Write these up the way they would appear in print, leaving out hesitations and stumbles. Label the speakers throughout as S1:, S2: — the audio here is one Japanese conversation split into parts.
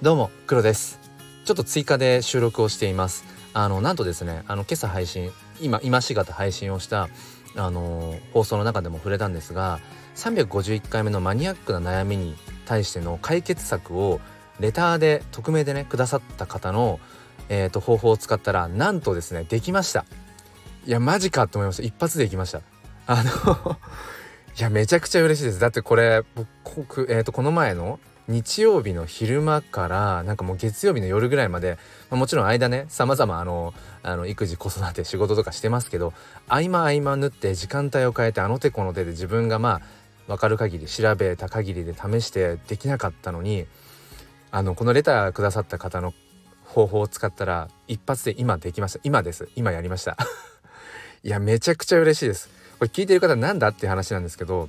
S1: どうも黒です。ちょっと追加で収録をしています。なんとですね、今朝配信今しがた配信をした放送の中でも触れたんですが、351回目のマニアックな悩みに対しての解決策をレターで匿名でねくださった方の方法を使ったら、なんとですねできました。いやマジかと思いました。一発でできました。いやめちゃくちゃ嬉しいです。だってこれ僕この前の日曜日の昼間からなんかもう月曜日の夜ぐらいまで、もちろん間ね様々育児子育て仕事とかしてますけど、合間縫って時間帯を変えてあの手この手で自分が分かる限り調べた限りで試してできなかったのに、このレターくださった方の方法を使ったら一発で今できました。今やりましたいやめちゃくちゃ嬉しいです。これ聞いてる方なんだっていう話なんですけど、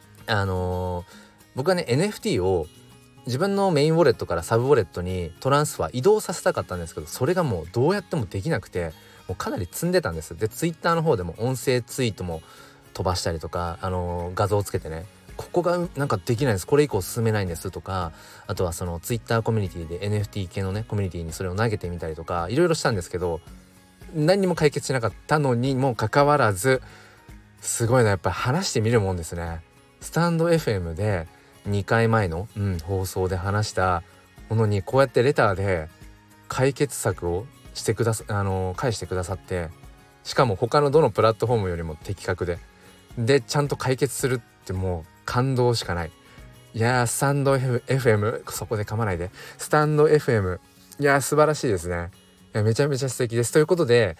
S1: 僕はね NFT を自分のメインウォレットからサブウォレットにトランスファー移動させたかったんですけど、それがもうどうやってもできなくて、もうかなり積んでたんです。でツイッターの方でも音声ツイートも飛ばしたりとか、画像をつけてね、ここがなんかできないです、これ以降進めないんですとか、あとはそのツイッターコミュニティで NFT 系のねコミュニティにそれを投げてみたりとかいろいろしたんですけど、何にも解決しなかったのにもかかわらず、すごいな、やっぱり話してみるもんですね。スタンド FM で2回前の、放送で話したものにこうやってレターで解決策をしてくださ返してくださって、しかも他のどのプラットフォームよりも的確でちゃんと解決するって、もう感動しかない。いやースタンド FM そこで噛まないで、スタンド FM いやー素晴らしいですね。いやめちゃめちゃ素敵です。ということで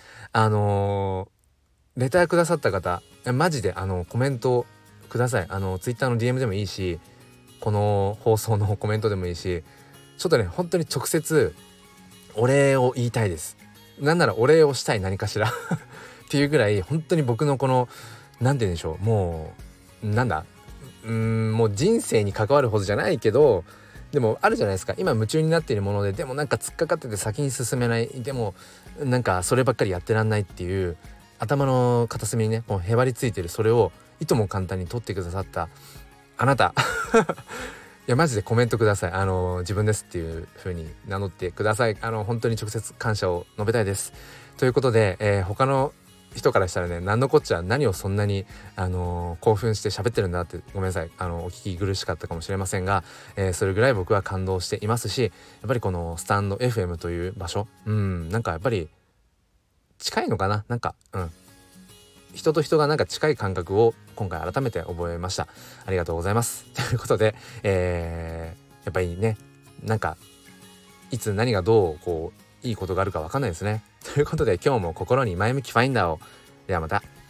S1: レターくださった方、マジでコメントください。ツイッターの DM でもいいし、この放送のコメントでもいいし、ちょっとね本当に直接お礼を言いたいです。なんならお礼をしたい、何かしらっていうぐらい本当に僕のこのなんて言うんでしょう、もうもう人生に関わるほどじゃないけど、でもあるじゃないですか、今夢中になっているもので、でもなんか突っかかってて先に進めない、でもなんかそればっかりやってらんないっていう、頭の片隅にねこうへばりついてるそれをいとも簡単に取ってくださったあなたいやマジでコメントください。自分ですっていう風に名乗ってください。本当に直接感謝を述べたいです。ということで、他の人からしたらね、何のこっちゃ、何をそんなに興奮して喋ってるんだって、ごめんなさい、お聞き苦しかったかもしれませんが、それぐらい僕は感動していますし、やっぱりこのスタンド FM という場所、なんかやっぱり近いのかな、なんか人と人がなんか近い感覚を今回改めて覚えました。ありがとうございますということで、やっぱりね、なんかいつ何がどうこういいことがあるか分かんないですね。ということで今日も心に前向きファインダーを。ではまた。